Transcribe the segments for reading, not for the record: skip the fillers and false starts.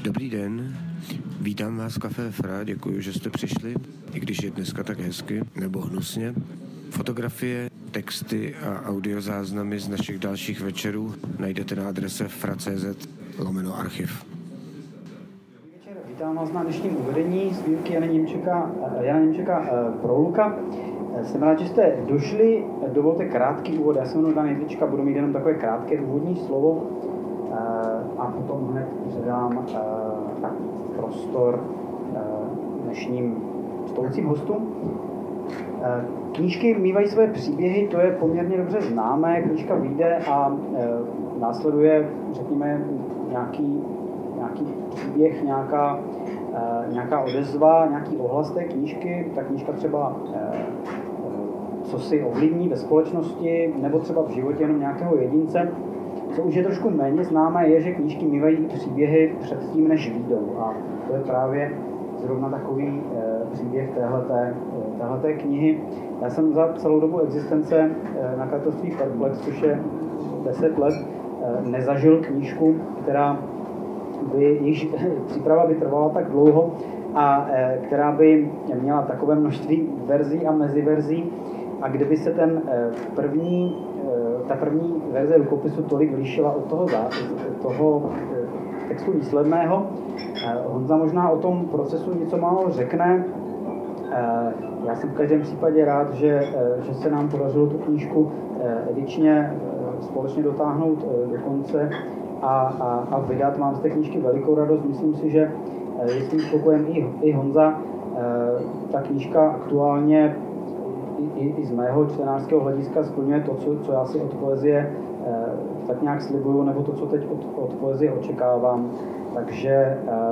Dobrý den, vítám vás v Café Fra, děkuji, že jste přišli, i když je dneska tak hezky, nebo hnusně. Fotografie, texty a audiozáznamy z našich dalších večerů najdete na adrese fra.cz/archiv. Vítám vás na dnešním uvedení sbírky Jana Němčeka pro Luka. Jsem rád, že jste došli. Dovolte krátký úvod. Já se jmenuji Dan Jedlička, budu mít jenom takové krátké úvodní slovo a potom hned předám prostor dnešním stoucím hostům. Knížky mývají své příběhy, to je poměrně dobře známé. Knížka vyjde a následuje, řekněme, nějaký příběh, nějaká odezva, nějaký ohlas té knížky. Ta knížka třeba co si ovlivní ve společnosti, nebo třeba v životě jenom nějakého jedince. Co už je trošku méně známé, je, že knížky mývají příběhy předtím, než vyjdou. A to je právě zrovna takový příběh téhleté knihy. Já jsem za celou dobu existence nakladatelství Perplex, což je 10 let, nezažil knížku, jejíž příprava by trvala tak dlouho a která by měla takové množství verzí a meziverzí, a kdyby se ta první verze rukopisu tolik lišila od toho textu výsledného. Honza možná o tom procesu něco málo řekne. Já jsem v každém případě rád, že se nám podařilo tu knížku edičně společně dotáhnout do konce a vydat. Mám z té knížky velikou radost. Myslím si, že je s tím spokojen i Honza. Ta knížka aktuálně i z mého čtenářského hlediska splňuje to, co já si od poezie tak nějak slibuju, nebo to, co teď od poezie očekávám. Takže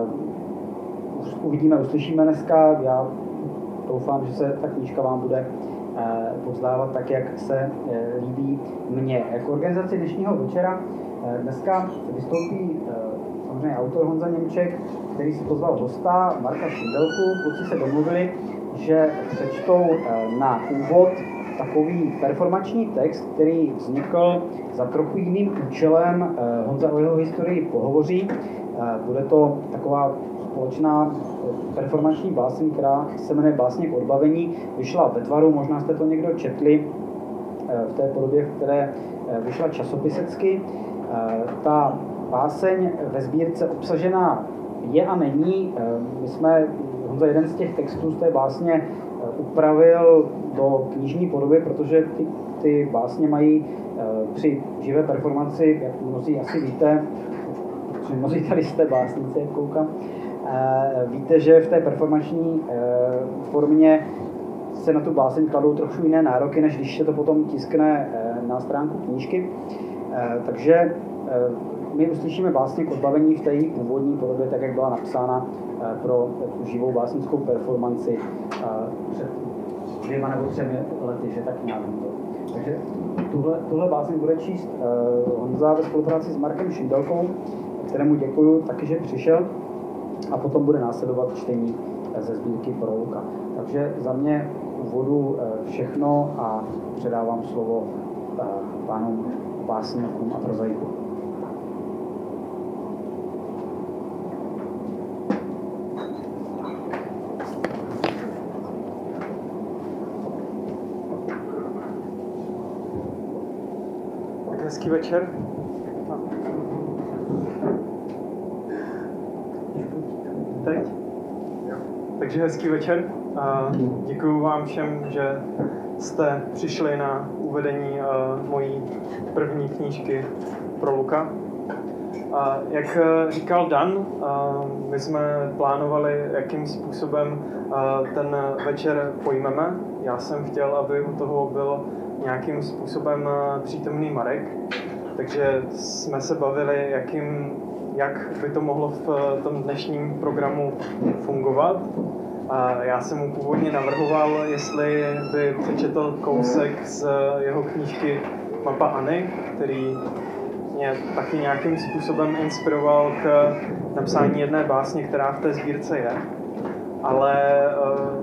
uvidíme, uslyšíme dneska. Já doufám, že se ta knížka vám bude pozdávat tak, jak se líbí mně. Jako organizaci dnešního večera dneska vystoupí samozřejmě autor Honza Němček, který si pozval hosta Marka Šindelku. Kluci se domluvili, že přečtou na úvod takový performační text, který vznikl za trochu jiným účelem. Honza o jeho historii pohovoří. Bude to taková společná performační báseň, která se jmenuje Básně k odbavení. Vyšla ve Tvaru, možná jste to někdo četli v té podobě, v které vyšla časopisecky. Ta báseň ve sbírce obsažená je a není. Honza jeden z těch textů z té básně upravil do knižní podoby, protože ty básně mají při živé performanci, jak mnozí asi víte, protože mnozí tady jste básníci, jak koukám, víte, že v té performační formě se na tu báseň kladou trochu jiné nároky, než když se to potom tiskne na stránku knížky. Takže my uslyšíme Básně k odbavení v té její původní podobě, tak jak byla napsána pro tu živou básnickou performanci před 2 nebo 3 lety, že tak nějak to. Takže tuhle báseň bude číst Honza ve spolupráci s Markem Šindelkou, kterému děkuju taky, že přišel, a potom bude následovat čtení ze sbírky pro Luka. Takže za mě úvodu všechno a předávám slovo pánům básníkům a prozaikům. Hezký večer. Teď? Takže hezký večer. Děkuji vám všem, že jste přišli na uvedení mojí první knížky pro Luka. Jak říkal Dan, my jsme plánovali, jakým způsobem ten večer pojmeme. Já jsem chtěl, aby u toho byl nějakým způsobem přítomný Marek, takže jsme se bavili, jak by to mohlo v tom dnešním programu fungovat. Já jsem mu původně navrhoval, jestli by přečetl kousek z jeho knížky Mapa Anny, který mě taky nějakým způsobem inspiroval k napsání jedné básně, která v té sbírce je. Ale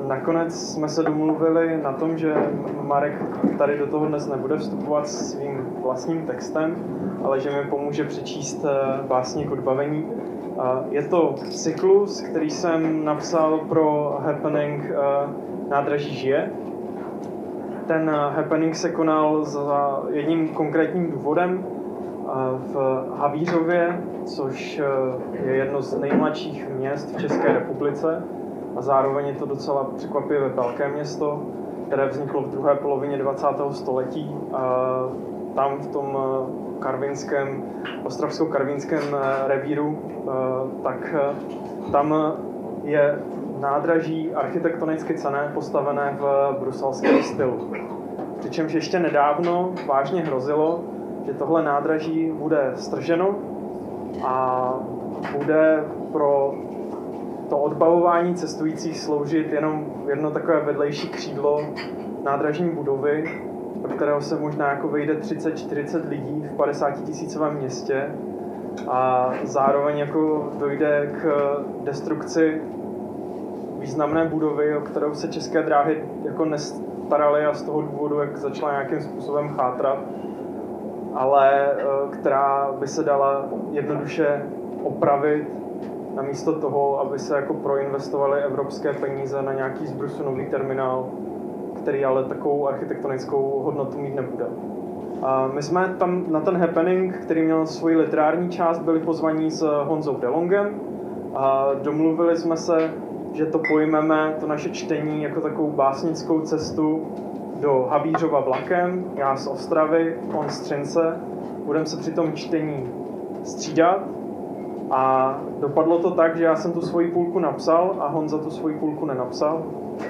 nakonec jsme se domluvili na tom, že Marek tady do toho dnes nebude vstupovat svým vlastním textem, ale že mi pomůže přečíst básně k odbavení. Je to cyklus, který jsem napsal pro happening Nádraží žije. Ten happening se konal za jedním konkrétním důvodem v Havířově, což je jedno z nejmladších měst v České republice a zároveň je to docela překvapivě velké město, které vzniklo v druhé polovině 20. století. Tam v tom ostravsko-karvinském revíru, tak tam je nádraží architektonicky cenné, postavené v bruselském stylu. Přičemž ještě nedávno vážně hrozilo, že tohle nádraží bude strženo a bude pro to odbavování cestujících sloužit jenom jedno takové vedlejší křídlo nádražní budovy, do kterého se možná jako vejde 30-40 lidí v 50 000 městě a zároveň jako dojde k destrukci významné budovy, o kterou se České dráhy jako nestaraly a z toho důvodu, jak začala nějakým způsobem chátrat, ale která by se dala jednoduše opravit namísto toho, aby se jako proinvestovaly evropské peníze na nějaký zbrusunový terminál, který ale takovou architektonickou hodnotu mít nebude. A my jsme tam na ten happening, který měl svoji literární část, byli pozvaní s Honzou Delongem a domluvili jsme se, že to pojmeme, to naše čtení, jako takovou básnickou cestu do Havířova vlakem, já z Ostravy, on z Třince. Budeme se při tom čtení střídat a dopadlo to tak, že já jsem tu svoji půlku napsal a Honza tu svoji půlku nenapsal.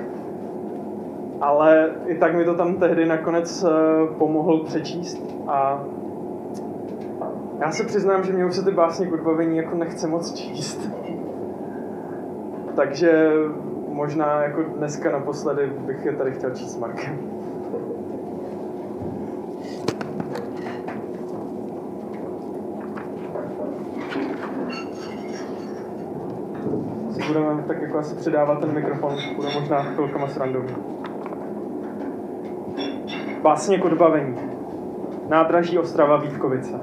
Ale i tak mi to tam tehdy nakonec pomohl přečíst a já se přiznám, že mě už se ty básně k odbavení jako nechce moc číst. Takže možná jako dneska naposledy bych je tady chtěl číst s Markem. Si budeme tak jako asi předávat ten mikrofon, bude možná chvilkama srandový. Básně k odbavení. Nádraží Ostrava Vítkovice.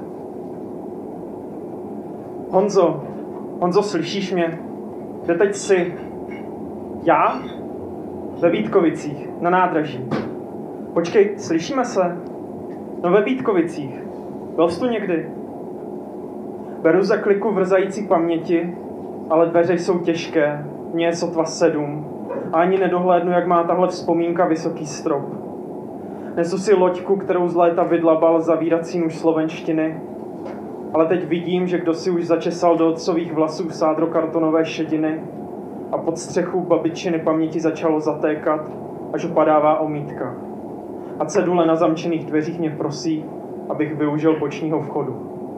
Honzo, slyšíš mě? Kde teď jsi? Já? Ve Vítkovicích, na nádraží. Počkej, slyšíme se? No ve Vítkovicích. Byl jsi tu někdy? Beru za kliku vrzající paměti, ale dveře jsou těžké, mně je sotva 7 a ani nedohlédnu, jak má tahle vzpomínka vysoký strop. Nesu si loďku, kterou z léta vydlabal zavírací nůž slovenštiny, ale teď vidím, že kdo si už začesal do otcových vlasů sádrokartonové šediny a pod střechu babičiny paměti začalo zatékat, až opadává omítka. A cedule na zamčených dveřích mě prosí, abych využil bočního vchodu.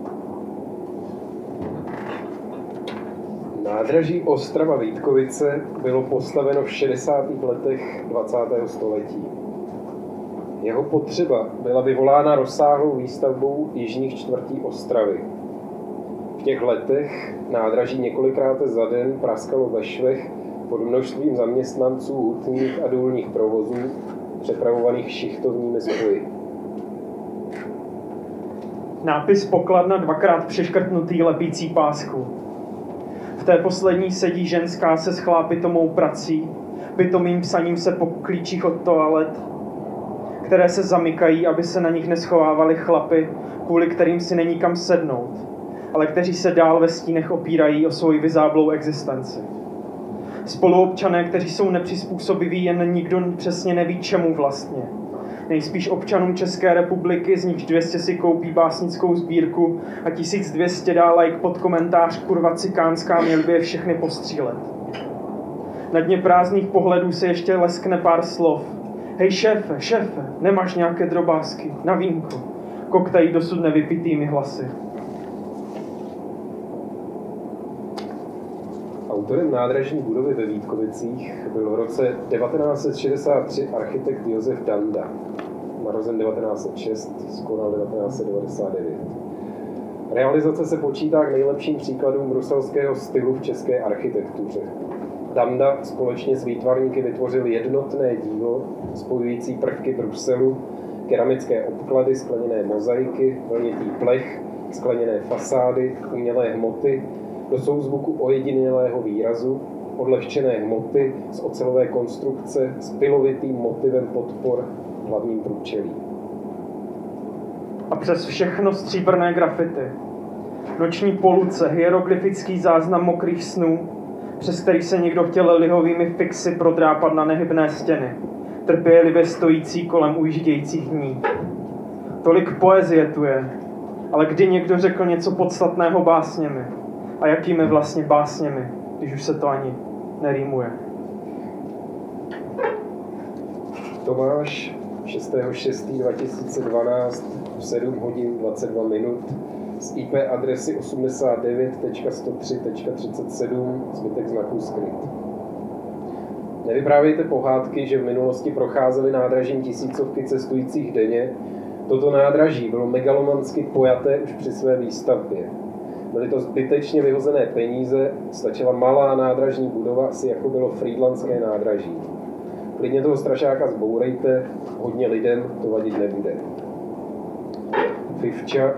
Nádraží Ostrava Vítkovice bylo postaveno v 60. letech 20. století. Jeho potřeba byla vyvolána rozsáhlou výstavbou jižních čtvrtí Ostravy. V těch letech nádraží několikrát za den praskalo ve švech pod množstvím zaměstnanců hutních a důlních provozů, přepravovaných šichtovními spoji. Nápis pokladna dvakrát přeškrtnutý lepící pásku. V té poslední sedí ženská se schlápitomou prací, pitomým psaním se po klíčích od toalet, které se zamykají, aby se na nich neschovávali chlapy, kvůli kterým si není kam sednout, ale kteří se dál ve stínech opírají o svou vyzáblou existenci. Spoluobčané, kteří jsou nepřizpůsobiví, jen nikdo přesně neví čemu vlastně. Nejspíš občanům České republiky, z nichž 200 si koupí básnickou sbírku a 1200 dá like pod komentář kurva cikánská, měl by je všechny postřílet. Na dně prázdných pohledů se ještě leskne pár slov. Hej šéfe, nemáš nějaké drobásky, na vínko, koktají dosud nevypitými hlasy. Autorem nádražní budovy ve Vítkovicích byl v roce 1963 architekt Josef Danda, narozen 1906, skonal 1999. Realizace se počítá k nejlepším příkladům bruselského stylu v české architektuře. Danda společně s výtvarníky vytvořil jednotné dílo spojující prvky Bruselu, keramické obklady, skleněné mozaiky, vlnitý plech, skleněné fasády, umělé hmoty, do souzvuku ojedinělého výrazu, odlehčené hmoty z ocelové konstrukce s pilovitým motivem podpor v hlavním průčelí. A přes všechno stříbrné grafity, noční poluce, hieroglyfický záznam mokrých snů, přes který se někdo chtěl lihovými fixy prodrápat na nehybné stěny, trpělivě stojící kolem ujíždějících dní. Tolik poezie tu je, ale kdy někdo řekl něco podstatného básněmi? A jakými vlastně básněmi, když už se to ani nerýmuje? Tomáš 6.6.2012 v 7 hodin 22 minut z IP adresy 89.103.37, zbytek znaků skryt. Nevyprávějte pohádky, že v minulosti procházely nádražím tisícovky cestujících denně. Toto nádraží bylo megalomansky pojaté už při své výstavbě. Byly to zbytečně vyhozené peníze, stačila malá nádražní budova, asi jako bylo Frýdlantské nádraží. Klidně toho strašáka zbourejte, hodně lidem to vadit nebude. Fivča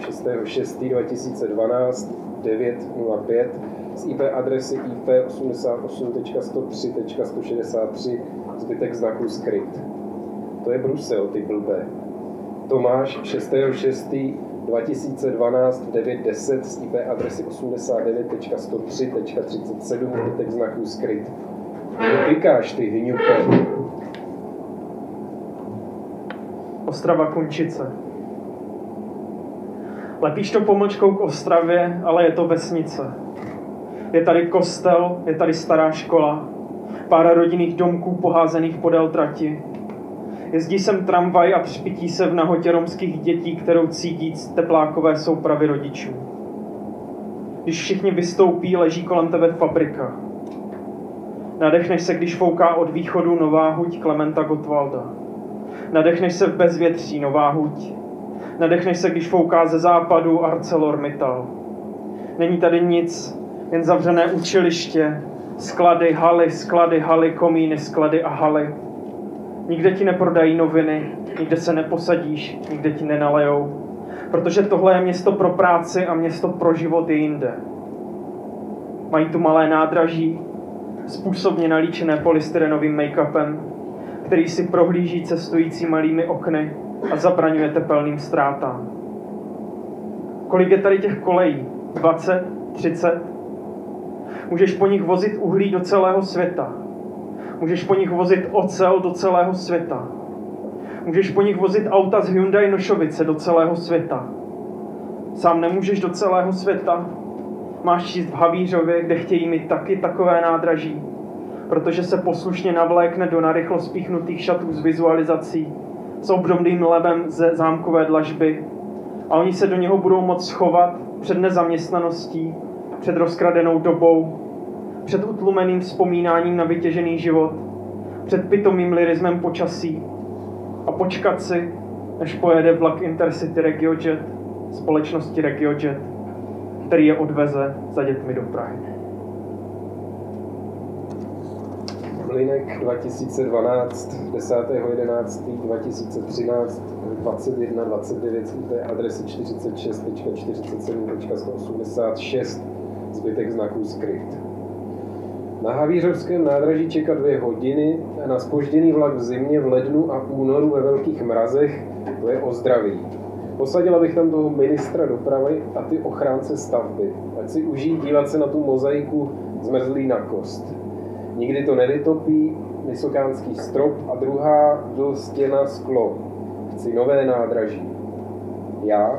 6.6.2012 9.05 z IP adresy IP 88.103.163, zbytek znaků skryt. To je Brusel, ty blbé. Tomáš 6.6.2012 9.10 z IP adresy 89.103.37, zbytek znaků skryt. Kdo klikáš, ty hňupe? Ostrava Kunčice. Lepíš to pomlčkou k Ostravě, ale je to vesnice. Je tady kostel, je tady stará škola, pár rodinných domků poházených podél trati. Jezdí sem tramvaj a třpití se v nahotě romských dětí, kterou cítí teplákové soupravy rodičů. Když všichni vystoupí, leží kolem tebe fabrika. Nadechneš se, když fouká od východu nová huť Klementa Gottwalda. Nadechneš se v bezvětří, nová huť. Nadechneš se, když fouká ze západu ArcelorMittal. Není tady nic, jen zavřené učiliště, sklady, haly, komíny, sklady a haly. Nikde ti neprodají noviny, nikde se neposadíš, nikde ti nenalejou, protože tohle je město pro práci a město pro život je jinde. Mají tu malé nádraží, způsobně nalíčené polystyrenovým make-upem, který si prohlíží cestující malými okny a zabraňuje tepelným ztrátám. Kolik je tady těch kolejí? 20? 30? Můžeš po nich vozit uhlí do celého světa. Můžeš po nich vozit ocel do celého světa. Můžeš po nich vozit auta z Hyundai Nošovice do celého světa. Sám nemůžeš do celého světa. Máš číst v Havířově, kde chtějí mít taky takové nádraží, protože se poslušně navlékne do narychlo spíchnutých šatů s vizualizací, s obdobným lebem ze zámkové dlažby a oni se do něho budou moct schovat před nezaměstnaností, před rozkradenou dobou, před utlumeným vzpomínáním na vytěžený život, před pitomým lirismem počasí a počkat si, než pojede vlak Intercity RegioJet, společnosti RegioJet, který je odveze za dětmi do Prahy. Mlynek 2012, 10.11.2013, 21.29 IP adresy 46.47.186, zbytek znaků skryt. Na Havířovském nádraží čekat 2 hodiny a na zpožděný vlak v zimě, v lednu a únoru ve velkých mrazech, to je o zdraví. Posadila bych tam toho ministra dopravy a ty ochránce stavby, ať si užijí dívat se na tu mozaiku zmrzlý na kost. Nikdy to nevytopí, vysokánský strop a druhá dlstěna sklo. Chci nové nádraží. Já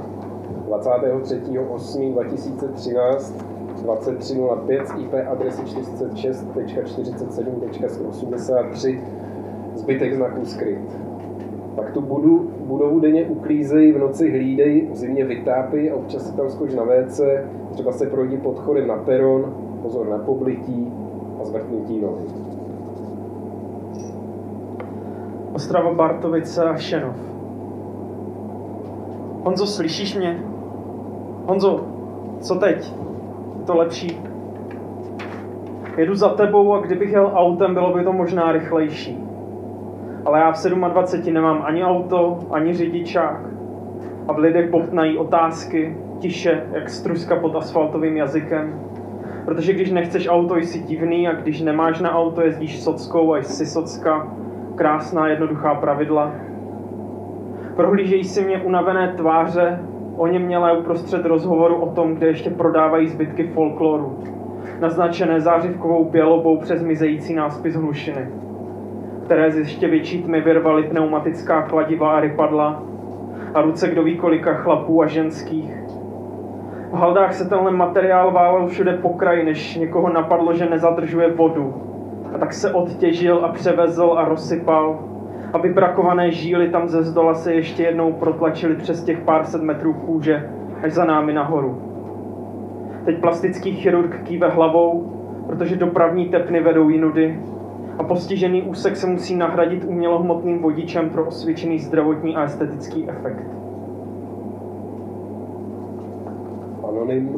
23.8.2013 23.05 z IP adresy 46.47.183, zbytek znaků skryt. Pak tu budovu denně uklízejí, v noci hlídej, v zimě vytápí a občas se tam skoč na WC, třeba se projdi podchodem na peron, pozor na poblití a zvrtnutí nohy. Ostrava Bartovice a Šenov. Honzo, slyšíš mě? Honzo, co teď? Je to lepší? Jedu za tebou a kdybych jel autem, bylo by to možná rychlejší. Ale já v 27 nemám ani auto, ani řidičák. A v lidech bobtnají otázky, tiše, jak struska pod asfaltovým jazykem. Protože když nechceš auto, jsi divný, a když nemáš na auto, jezdíš sockou a jsi socka. Krásná, jednoduchá pravidla. Prohlížejí si mě unavené tváře, oněmělé uprostřed rozhovoru o tom, kde ještě prodávají zbytky folkloru. Naznačené zářivkovou bělobou přes mizející náspis hlušiny, které z ještě větší tmy vyrvaly pneumatická kladiva a rypadla a ruce kdo ví kolika chlapů a ženských. V haldách se tenhle materiál válel všude po kraji, než někoho napadlo, že nezadržuje vodu. A tak se odtěžil a převezl a rozsypal, aby brakované žíly tam ze zdola se ještě jednou protlačily přes těch pár set metrů kůže až za námi nahoru. Teď plastický chirurg kýve hlavou, protože dopravní tepny vedou jinudy a postižený úsek se musí nahradit umělohmotným vodičem pro osvědčený zdravotní a estetický efekt. Anonym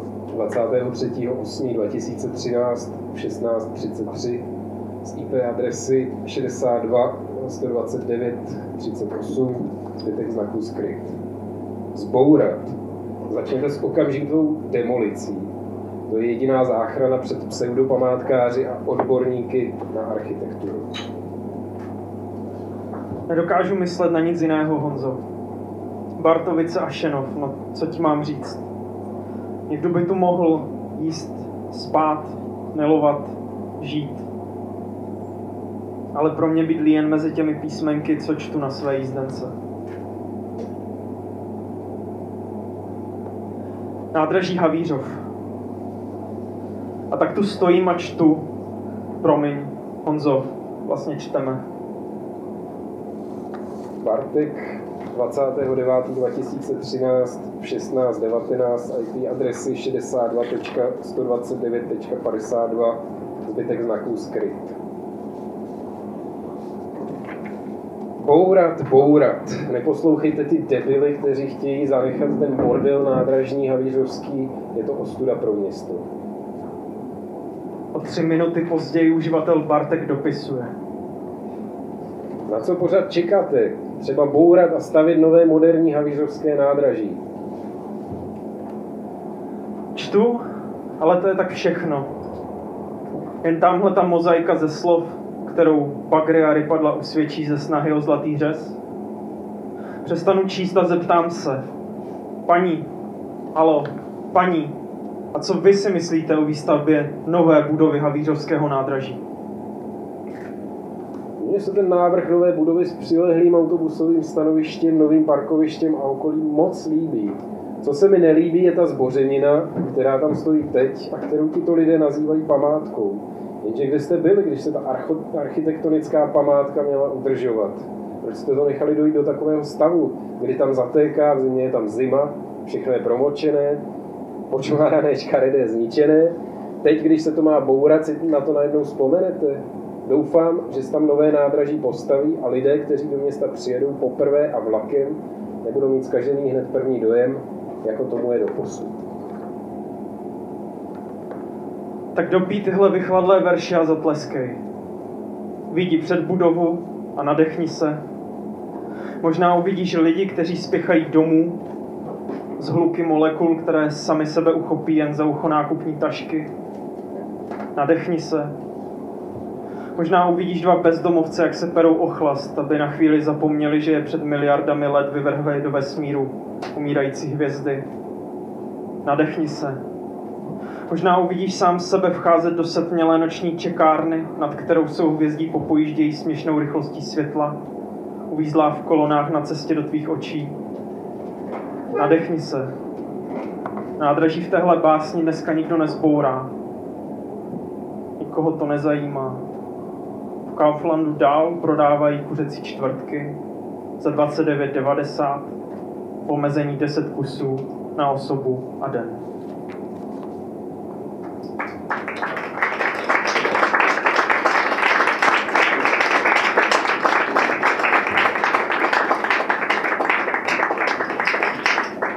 23.8.2013 v 16:33 z IP adresy 62 129 38, zbytek znaků skryt. Zbourat. Začněte s okamžitou demolicí. To je jediná záchrana před pseudopamátkáři a odborníky na architekturu. Nedokážu myslet na nic jiného, Honzo. Bartovice a Šenov, no co ti mám říct? Někdo by tu mohl jíst, spát, milovat, žít. Ale pro mě bydlí jen mezi těmi písmenky, co čtu na své jízdence. Nádraží Havířov. A tak tu stojím a čtu. Promiň, Honzo, vlastně čteme. Bartek 29.2013 v 16:19 IP adresy 62.129.52, zbytek znaků skryt. Bourat. Neposlouchejte ty debily, kteří chtějí zanechat ten bordel nádražní havířovský, je to ostuda pro město. O 3 minuty později uživatel Bartek dopisuje. Na co pořád čekáte? Třeba bourat a stavět nové moderní havířovské nádraží. Čtu, ale to je tak všechno. Jen tamhle ta mozaika ze slov, kterou bagry a rypadla usvědčí ze snahy o zlatý řez. Přestanu číst a zeptám se. Paní, paní, a co vy si myslíte o výstavbě nové budovy havířovského nádraží? Mně se ten návrh nové budovy s přilehlým autobusovým stanovištěm, novým parkovištěm a okolím moc líbí. Co se mi nelíbí, je ta zbořenina, která tam stojí teď a kterou tito lidé nazývají památkou. Jenže kde jste byli, když se ta architektonická památka měla udržovat? Proč jste to nechali dojít do takového stavu, kdy tam zatéká, v zimě je tam zima, všechno je promočené, počmárané, škaredé, zničené. Teď, když se to má bourat, si na to najednou vzpomenete. Doufám, že se tam nové nádraží postaví a lidé, kteří do města přijedou poprvé a vlakem, nebudou mít zkažený hned první dojem, jako tomu je doposud. Tak dopí tyhle vychladlé verše a zatleskej. Vidí před budovu a nadechni se. Možná uvidíš lidi, kteří spěchají domů z hluky molekul, které sami sebe uchopí jen za ucho nákupní tašky. Nadechni se. Možná uvidíš 2 bezdomovce, jak se perou ochlast, aby na chvíli zapomněli, že je před miliardami let vyvrhli do vesmíru umírající hvězdy. Nadechni se. Možná uvidíš sám sebe vcházet do setmělé noční čekárny, nad kterou souhvězdí popojíždějí směšnou rychlostí světla, uvízlá v kolonách na cestě do tvých očí. Nadechni se. Nádraží v téhle básni dneska nikdo nezbourá. Nikoho to nezajímá. V Kauflandu dál prodávají kuřecí čtvrtky za 29,90, omezení 10 kusů na osobu a den.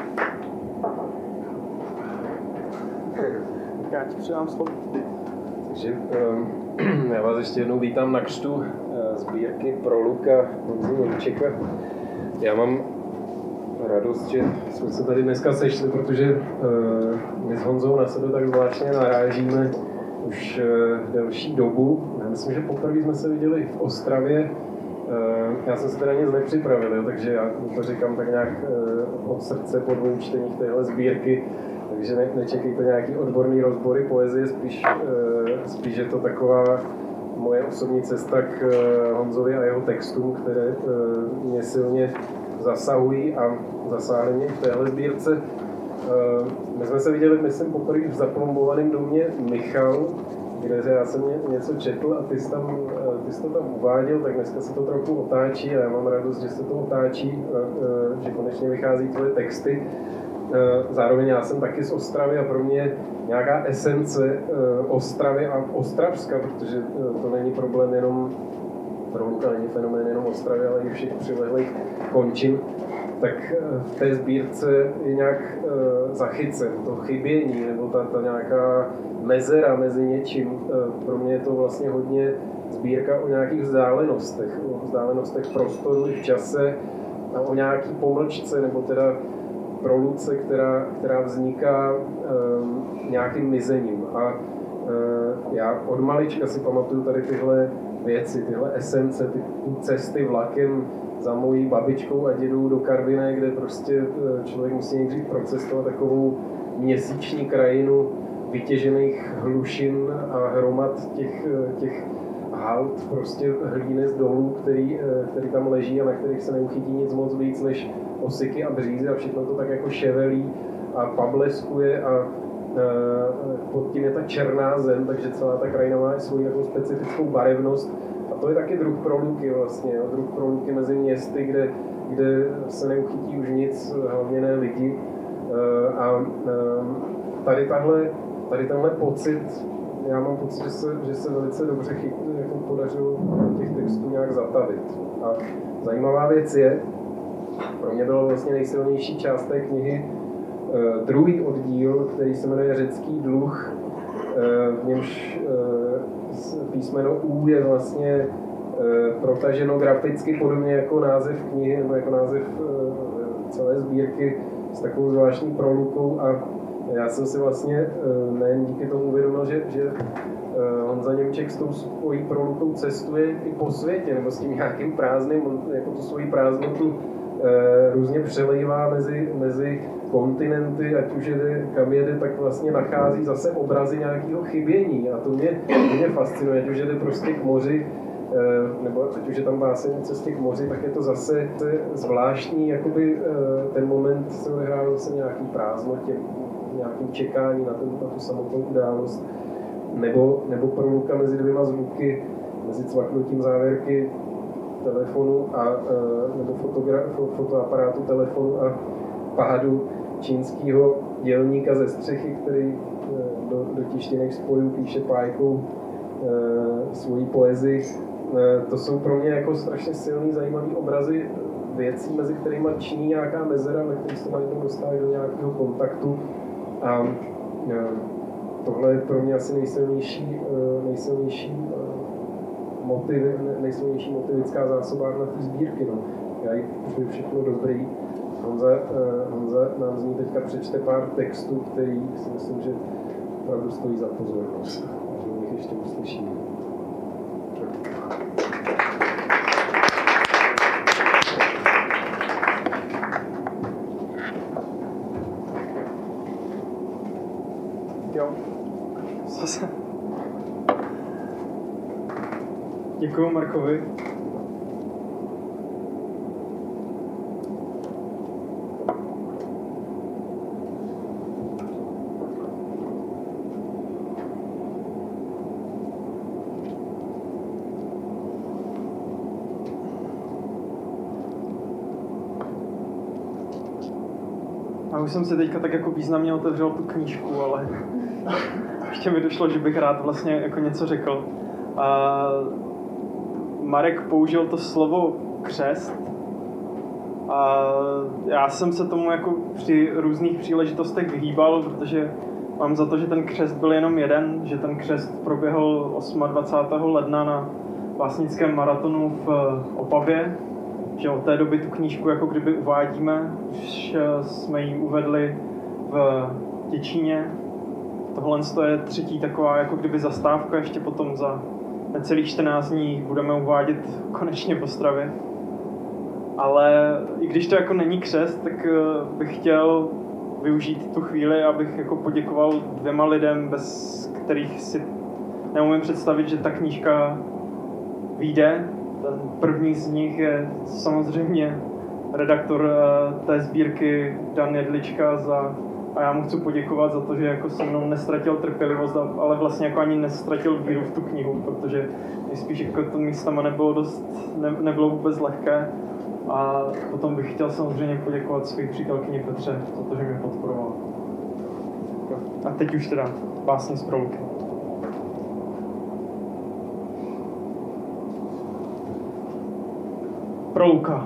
Já ti předám slovo. Takže já vás ještě jednou vítám na křtu sbírky Proluka Honzy Němčeka. Já mám radost, že jsme se tady dneska sešli, protože my s Honzou na sebe tak zvláštně narážíme už delší dobu. Já myslím, že poprvé jsme se viděli v Ostravě. Já jsem se teda nic nepřipravil, jo, takže já to říkám tak nějak od srdce po 2 čteních téhle sbírky. Takže nečekejte nějaký odborný rozbory poezie, spíš je to taková moje osobní cesta k Honzovi a jeho textům, které mě silně zasahují a zasáhly mě v téhle sbírce. My jsme se viděli, myslím, poprvé v zaplombovaném domě Michal, kde já jsem něco četl a ty jsi to tam uváděl, tak dneska se to trochu otáčí a já mám radost, že se to otáčí, že konečně vychází tvoje texty. Zároveň já jsem taky z Ostravy a pro mě nějaká esence Ostravy a Ostravska, protože to není problém jenom Proluka, není fenomén jenom Ostravy, ale i všech přilehlých končin, tak v té sbírce je nějak zachycen to chybění nebo ta nějaká mezera mezi něčím. Pro mě je to vlastně hodně sbírka o nějakých vzdálenostech prostoru i v čase a o nějaký pomlčce nebo teda proluce, která vzniká nějakým mizením. A já od malička si pamatuju tady tyhle věci, tyhle esence, ty cesty vlakem za mojí babičkou a dědou do Karviné, kde prostě člověk musí nejdřív procestovat takovou měsíční krajinu vytěžených hlušin a hromad těch halt, prostě hlíny z dolů, který tam leží a na kterých se neuchytí nic moc víc než osyky a břízy a všechno to tak jako ševelí a pableskuje a pod tím je ta černá zem, takže celá ta krajina má svoji takovou specifickou barevnost a to je taky druh Proluky vlastně, jo? Druh Proluky mezi městy, kde se neuchytí už nic, hlavně ne lidi a tady tenhle pocit, já mám pocit, že se velice dobře jako podařilo těch textů nějak zatavit. A zajímavá věc je, pro mě bylo vlastně nejsilnější část té knihy druhý oddíl, který se jmenuje Řecký dluh, v němž písmeno U je vlastně protaženo graficky podobně jako název knihy nebo jako název celé sbírky s takovou zvláštní prolukou a já jsem si vlastně nejen díky tomu uvědomil, že Honza Němček s tou svojí prolukou cestuje i po světě, nebo s tím nějakým prázdným, jako tu svoji prázdnotu různě přelejvá mezi kontinenty, ať už jede, kam jede, tak vlastně nachází zase obrazy nějakého chybění a to mě fascinuje, ať už jede prostě k moři, nebo ať už je tam báseň o cestě k moři, tak je to zase zvláštní, jakoby ten moment se odehrává zase nějaký prázdnotě, nějakým čekání na tu samotnou událost, nebo proluka mezi 2 zvuky, mezi cvaknutím závěrky telefonu nebo fotoaparátu telefonu a pádu čínského dělníka ze střechy, který do tištěných spojů píše pájkou svoji poezii. To jsou pro mě jako strašně silný, zajímavý obrazy věcí, mezi kterými činí nějaká mezera, ve kterých se najednou dostávají do nějakého kontaktu. A tohle je pro mě asi nejsilnější motivická zásobárna té sbírky. No. Já jí přeju všechno dobrý. Honza nám z ní teďka přečte pár textů, který si myslím, že opravdu stojí za pozornost. Že o nich ještě uslyšíme. Jo. Zase. Děkuju Markovi. Já už jsem si teďka tak jako významně otevřel tu knížku, ale ještě mi došlo, že bych rád vlastně jako něco řekl. Marek použil to slovo křest a já jsem se tomu jako při různých příležitostech vyhýbal, protože mám za to, že ten křest byl jenom jeden, že ten křest proběhl 28. ledna na básnickém maratonu v Opavě, že od té doby tu knížku jako kdyby uvádíme, už jsme ji uvedli v Děčíně. Tohle je třetí taková jako kdyby zastávka, ještě potom za necelých 14 dní budeme uvádět konečně v Ostravě. Ale i když to jako není křest, tak bych chtěl využít tu chvíli, abych jako poděkoval 2 lidem, bez kterých si neumím představit, že ta knížka vyjde. Ten první z nich je samozřejmě redaktor té sbírky Dan Jedlička a já mu chci poděkovat za to, že jako se mnou nestratil trpělivost, ale vlastně jako ani nestratil víru v tu knihu, protože spíš jako to místama nebylo vůbec lehké. A potom bych chtěl samozřejmě poděkovat své přítelkyni Petře za to, že mě podporovala. A teď už teda básně z Proluky. Proluka.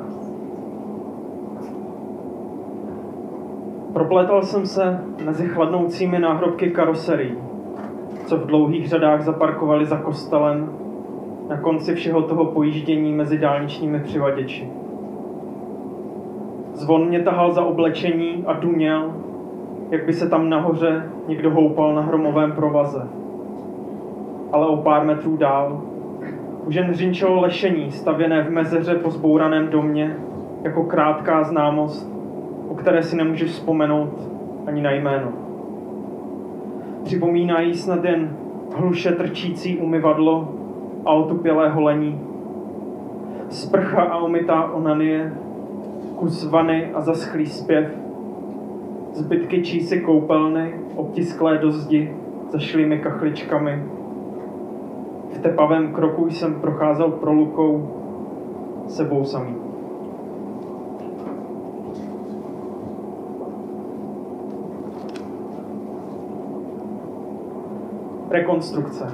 Proplétal jsem se mezi chladnoucími náhrobky karoserií, co v dlouhých řadách zaparkovali za kostelem na konci všeho toho pojíždění mezi dálničními přivaděči. Zvon mě tahal za oblečení a duněl, jak by se tam nahoře někdo houpal na hromovém provaze. Ale o pár metrů dál už jen řinčelo lešení stavěné v mezeře po zbouraném domě jako krátká známost, o které si nemůžeš vzpomenout ani na jméno. Připomínají snad jen hluše trčící umyvadlo a otupělé holení. Sprcha a umytá onanie, kus vany a zaschlý zpěv, zbytky čísi koupelny, obtisklé do zdi, zašlými kachličkami. V tepavém kroku jsem procházel Prolukou sebou samý. Rekonstrukce.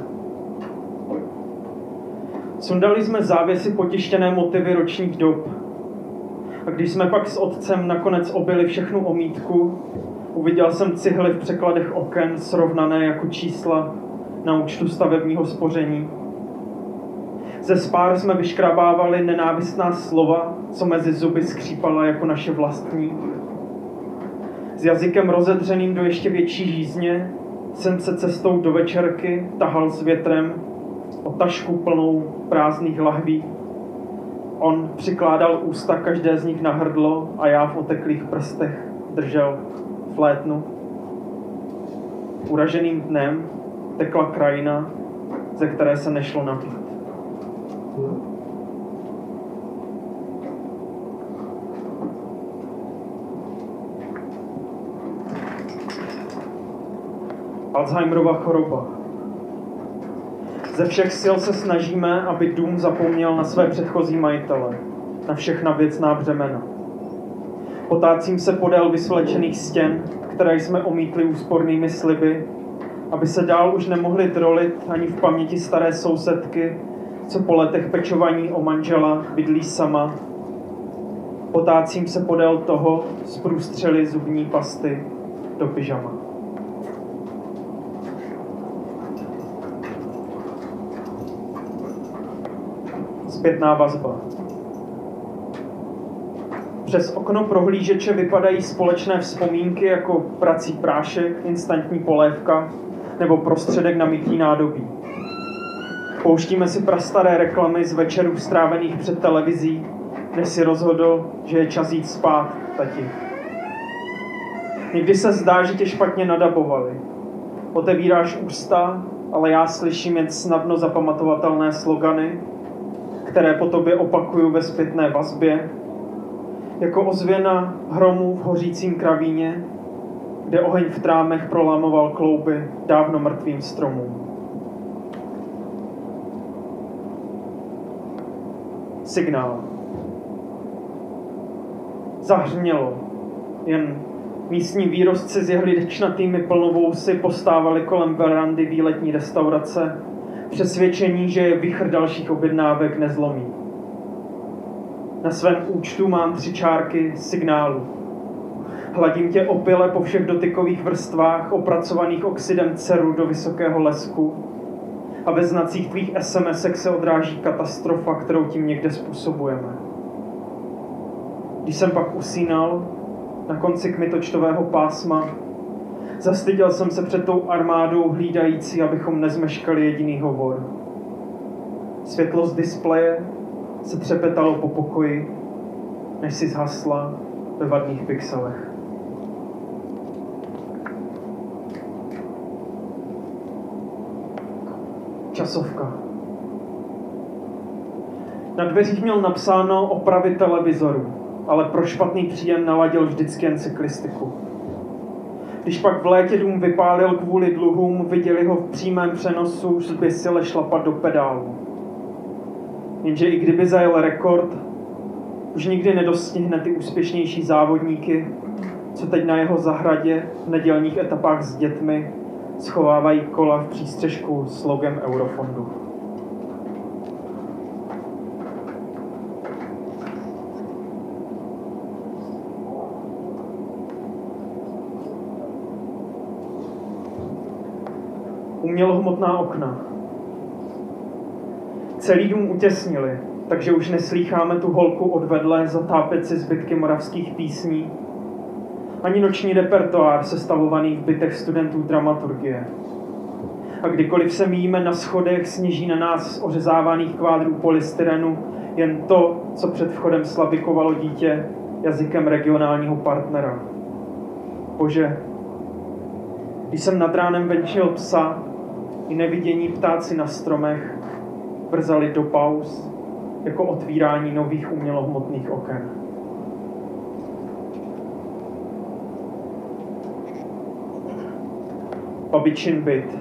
Sundali jsme závěsy potištěné motivy ročních dob. A když jsme pak s otcem nakonec objeli všechnu omítku, uviděl jsem cihly v překladech oken srovnané jako čísla na účtu stavebního spoření. Ze spár jsme vyškrabávali nenávistná slova, co mezi zuby skřípala jako naše vlastní. S jazykem rozedřeným do ještě větší žízně jsem se cestou do večerky tahal s větrem o tašku plnou prázdných lahví. On přikládal ústa každé z nich na hrdlo a já v oteklých prstech držel flétnu. Uraženým dnem tekla krajina, ze které se nešlo napít. Alzheimerova choroba. Ze všech sil se snažíme, aby dům zapomněl na své předchozí majitele, na všechna věcná břemena. Potácím se podél vysvlečených stěn, které jsme omítli úspornými sliby, aby se dál už nemohli drolit ani v paměti staré sousedky, co po letech pečování o manžela bydlí sama. Potácím se podél toho z průstřely zubní pasty do pyžama. Zpětná vazba. Přes okno prohlížeče vypadají společné vzpomínky jako prací prášek, instantní polévka nebo prostředek na mytí nádobí. Pouštíme si prastaré reklamy z večerů strávených před televizí, než si rozhodl, že je čas jít spát, tati. Někdy se zdá, že tě špatně nadabovali. Otevíráš ústa, ale já slyším jen snadno zapamatovatelné slogany, které po tobě opakuju ve zpětné vazbě, jako ozvěna hromů v hořícím kravíně, kde oheň v trámech prolamoval klouby dávno mrtvým stromům. Signál. Zahřmělo. Jen místní výrostci s jehličnatými plnovousy postávali kolem verandy výletní restaurace, přesvědčení, že je vichr dalších objednávek nezlomí. Na svém účtu mám 3 čárky signálu. Hladím tě opile po všech dotykových vrstvách, opracovaných oxidem ceru do vysokého lesku. A ve znacích tvých SMSek se odráží katastrofa, kterou tím někde způsobujeme. Když jsem pak usínal, na konci kmitočtového pásma, zastyděl jsem se před tou armádou hlídající, abychom nezmeškali jediný hovor. Světlo z displeje se třepetalo po pokoji, než si zhasla ve vadných pixelech. Časovka. Na dveřích měl napsáno opravy televizoru, ale pro špatný příjem naladil vždycky jen cyklistiku. Když pak v létě dům vypálil kvůli dluhům, viděli ho v přímém přenosu zběsile šlapat do pedálu. Jenže i kdyby zajel rekord, už nikdy nedostihne ty úspěšnější závodníky, co teď na jeho zahradě v nedělních etapách s dětmi schovávají kola v přístřežku s logem Eurofondu. Umělohmotná okna. Celý dům utěsnili, takže už neslýcháme tu holku odvedle zatápět si zbytky moravských písní, ani noční repertoár sestavovaný v bytech studentů dramaturgie. A kdykoliv se míjíme na schodech, sněží na nás z ořezávaných kvádrů polystyrenu jen to, co před vchodem slavikovalo dítě jazykem regionálního partnera. Bože, když jsem nad ránem venčil psa, i nevidění ptáci na stromech vrzali do pauz jako otvírání nových umělohmotných oken. Babičin byt.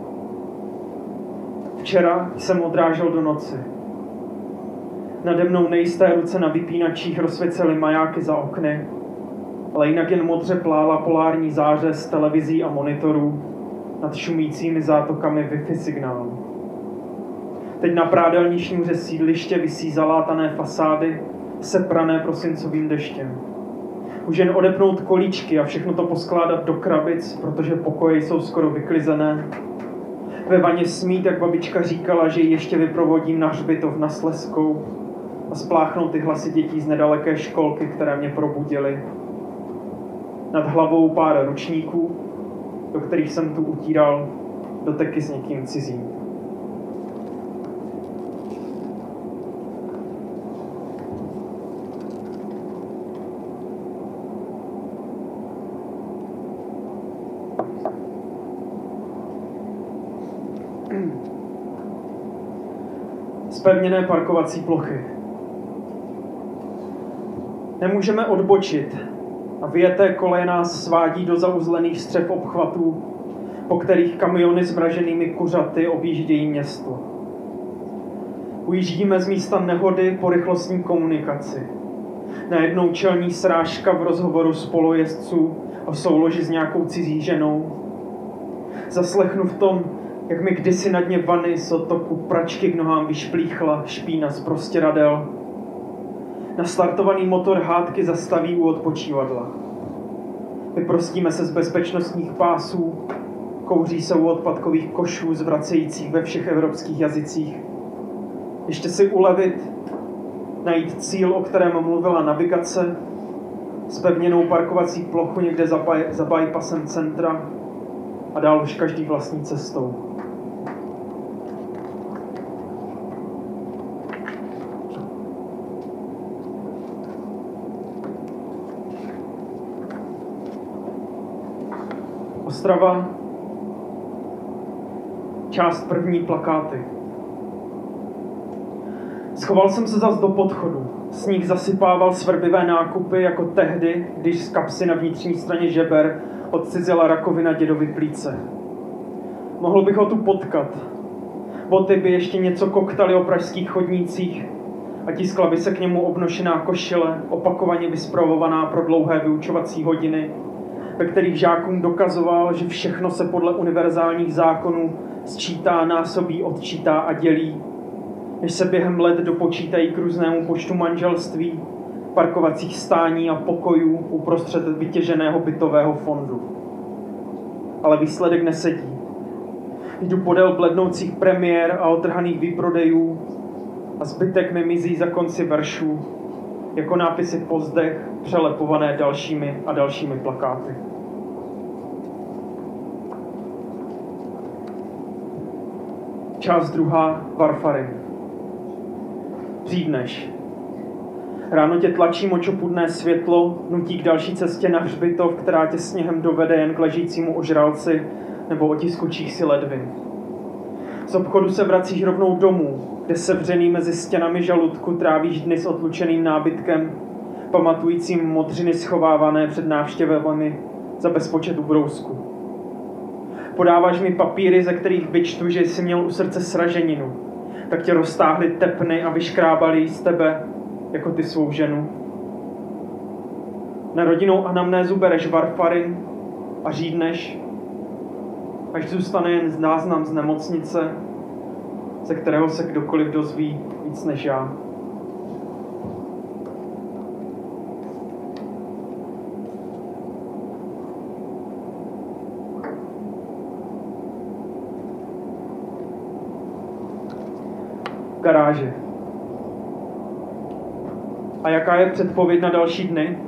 Včera jsem odrážel do noci. Nade mnou nejisté ruce na vypínačích rozsvěcely majáky za okny, ale jinak jen modře plála polární záře z televizí a monitorů nad šumícími zátokami Wi-Fi signálu. Teď na prádelní šňůře sídliště visí zalátané fasády, seprané prosincovým deštěm. Už jen odepnout kolíčky a všechno to poskládat do krabic, protože pokoje jsou skoro vyklizené. Ve vaně smít, jak babička říkala, že ji ještě vyprovodím na hřbitov na Slezskou a spláchnout ty hlasy dětí z nedaleké školky, které mě probudily. Nad hlavou pár ručníků, do kterých jsem tu utíral doteky s někým cizím. Zpevněné parkovací plochy. Nemůžeme odbočit a vyjeté koleje nás svádí do zauzlených střev obchvatů, po kterých kamiony s mraženými kuřaty objíždějí město. Ujíždíme z místa nehody po rychlostní komunikaci. Najednou čelní srážka v rozhovoru spolujezdců o souloži s nějakou cizí ženou. Zaslechnu v tom, jak mi kdysi na dně vany z otoku pračky k nohám vyšplíchla špína z prostěradel. Nastartovaný motor hádky zastaví u odpočívadla. Vyprostíme se z bezpečnostních pásů, kouří se u odpadkových košů zvracejících ve všech evropských jazycích. Ještě si ulevit, najít cíl, o kterém mluvila navigace, zpevněnou parkovací plochu někde za bypassem centra a dál už každý vlastní cestou. Ostrava, část první, plakáty. Schoval jsem se zas do podchodu. Sníh zasypával svrbivé nákupy jako tehdy, když z kapsy na vnitřní straně žeber odcizila rakovina dědovy plíce. Mohl bych ho tu potkat. Boty by ještě něco koktaly o pražských chodnících a tiskla by se k němu obnošená košile, opakovaně vyspravovaná pro dlouhé vyučovací hodiny, ve kterých žákům dokazoval, že všechno se podle univerzálních zákonů sčítá, násobí, odčítá a dělí, než se během let dopočítají k různému počtu manželství, parkovacích stání a pokojů uprostřed vytěženého bytového fondu. Ale výsledek nesedí. Jdu podél blednoucích premiér a otrhaných výprodejů a zbytek mi mizí za konci veršů, jako nápisy pozdech, přelepované dalšími a dalšími plakáty. Část 2. Varfarin. Řídneš. Ráno tě tlačí močopudné světlo, nutí k další cestě na hřbitov, která tě sněhem dovede jen k ležícímu ožralci nebo otisku číchsi ledvin. Z obchodu se vracíš rovnou domů, kde sevřený mezi stěnami žaludku trávíš dny s otlučeným nábytkem, pamatujícím modřiny schovávané před návštěvami za bezpočet ubrousku. Podáváš mi papíry, ze kterých vyčtu, že jsi měl u srdce sraženinu, tak tě roztáhli tepny a vyškrábali z tebe jako ty svou ženu. Na rodinnou anamnézu bereš varfarin a řídneš, až zůstane jen záznam z nemocnice, ze kterého se kdokoliv dozví víc než já. Garáže. A jaká je předpověď na další dny?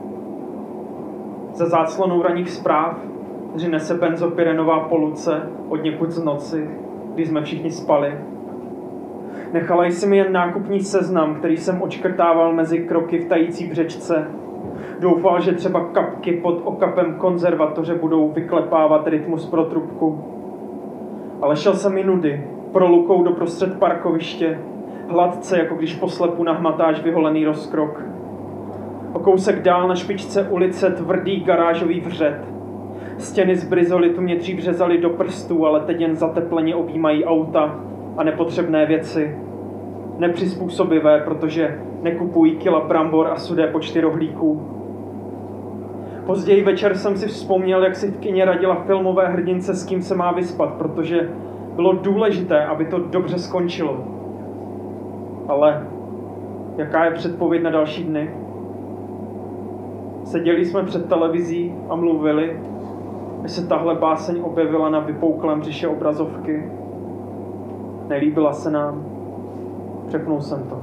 Za záclonou ranních zpráv řine se benzopyrenová poluce od někud z noci, kdy jsme všichni spali. Nechala jsi mi jen nákupní seznam, který jsem odškrtával mezi kroky v tající břečce. Doufal, že třeba kapky pod okapem konzervatoře budou vyklepávat rytmus pro trubku. Ale šel jsem i nudy, prolukou doprostřed parkoviště, hladce, jako když poslepu nahmatáš vyholený rozkrok. O kousek dál na špičce ulice tvrdý garážový vřet. Stěny z bryzolitu mě dřív řezaly do prstů, ale teď jen zatepleně objímají auta a nepotřebné věci. Nepřizpůsobivé, protože nekupují kila brambor a sudé počty rohlíků. Později večer jsem si vzpomněl, jak si v kině radila filmové hrdince, s kým se má vyspat, protože bylo důležité, aby to dobře skončilo. Ale jaká je předpověď na další dny? Seděli jsme před televizí a mluvili, až se tahle báseň objevila na vypouklém břiše obrazovky. Nelíbila se nám. Přepnul jsem to.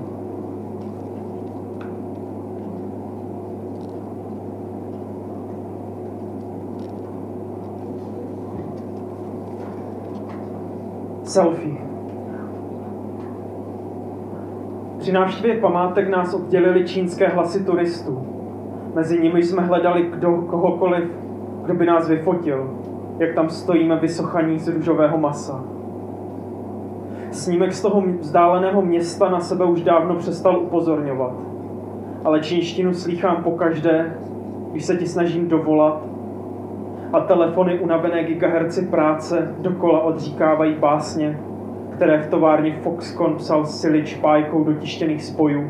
Selfie. Při návštěvě památek nás oddělili čínské hlasy turistů. Mezi nimi jsme hledali kohokoliv, kdo by nás vyfotil, jak tam stojíme vysochaní z růžového masa. Snímek z toho vzdáleného města na sebe už dávno přestal upozorňovat. Ale čínštinu slýchám pokaždé, když se ti snažím dovolat a telefony unavené gigaherci práce dokola odříkávají básně, které v továrně Foxconn psal Silič pájkou do tištěných spojů.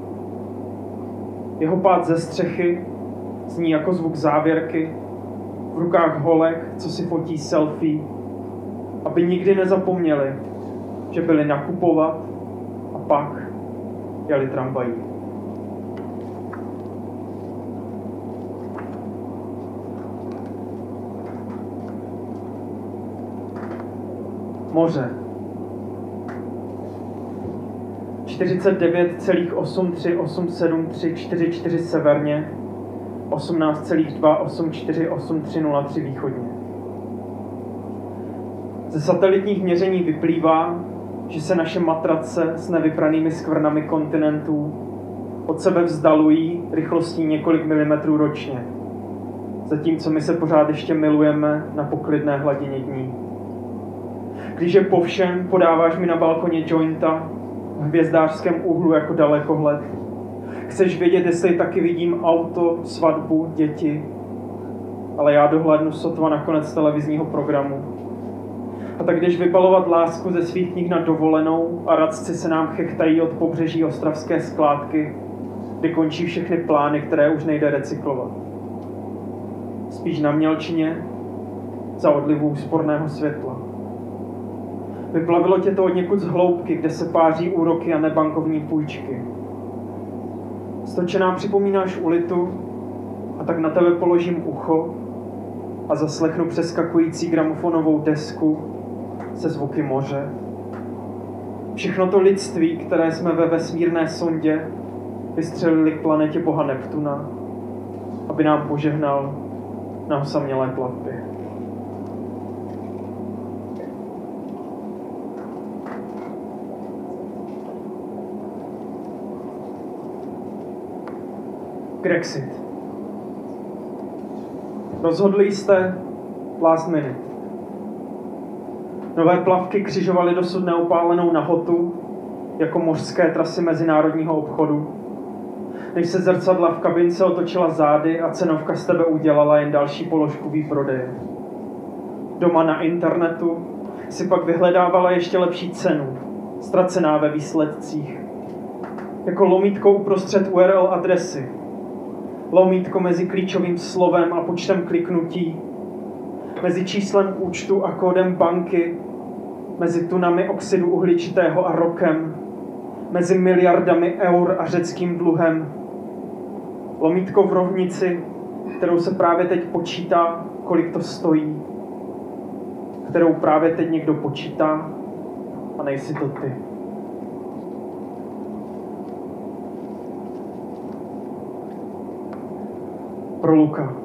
Jeho pád ze střechy zní jako zvuk závěrky, v rukách holek, co si fotí selfie, aby nikdy nezapomněli, že byli nakupovat a pak jeli tramvají. Moře. 49,8387344 severně, 18,2848303 východně. Ze satelitních měření vyplývá, že se naše matrace s nevypranými skvrnami kontinentů od sebe vzdalují rychlostí několik milimetrů ročně, zatímco my se pořád ještě milujeme na poklidné hladině dní. Když je po všem, podáváš mi na balkoně jointa v hvězdářském úhlu jako dalekohled. Chceš vědět, jestli taky vidím auto, svatbu, děti, ale já dohlédnu sotva na konec televizního programu. A tak jdeš vybalovat lásku ze svých knih na dovolenou a radci se nám chechtají od pobřeží ostravské skládky, kde končí všechny plány, které už nejde recyklovat. Spíš na mělčině za odlivu úsporného světla. Vyplavilo tě to od někud z hloubky, kde se páří úroky a nebankovní půjčky. Stočená připomínáš ulitu a tak na tebe položím ucho a zaslechnu přeskakující gramofonovou desku se zvuky moře. Všechno to lidství, které jsme ve vesmírné sondě vystřelili k planetě boha Neptuna, aby nám požehnal na osamělé plavby. Grexit. Rozhodli jste last minute. Nové plavky křižovaly dosud neopálenou nahotu jako mořské trasy mezinárodního obchodu, než se zrcadla v kabince otočila zády a cenovka z tebe udělala jen další položku výprodeje. Doma na internetu si pak vyhledávala ještě lepší cenu, ztracená ve výsledcích. Jako lomítko uprostřed URL adresy, lomítko mezi klíčovým slovem a počtem kliknutí, mezi číslem účtu a kódem banky, mezi tunami oxidu uhličitého a rokem, mezi miliardami eur a řeckým dluhem. Lomítko v rovnici, kterou se právě teď počítá, kolik to stojí, kterou právě teď někdo počítá a nejsi to ty. Pro Luka.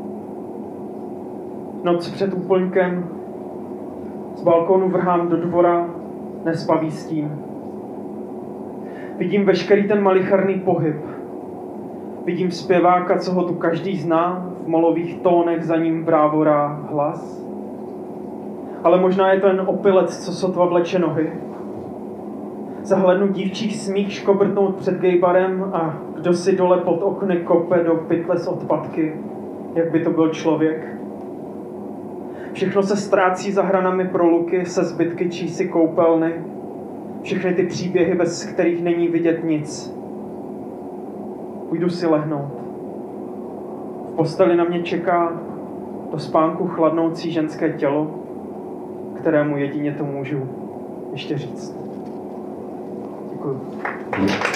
Noc před úplňkem z balkónu vrhám do dvora nespavý stín. Vidím veškerý ten malicharný pohyb. Vidím zpěváka, co ho tu každý zná, v molových tónech za ním brávorá hlas. Ale možná je to jen opilec, co sotva vleče nohy. Zahlednu dívčích smích škobrtnout před gejbarem a kdo si dole pod okny kope do pytle s odpadky, jak by to byl člověk. Všechno se ztrácí za hranami pro Luky se zbytky čísi koupelny. Všechny ty příběhy, bez kterých není vidět nic. Půjdu si lehnout. V posteli na mě čeká do spánku chladnoucí ženské tělo, kterému jedině to můžu ještě říct. Děkuji.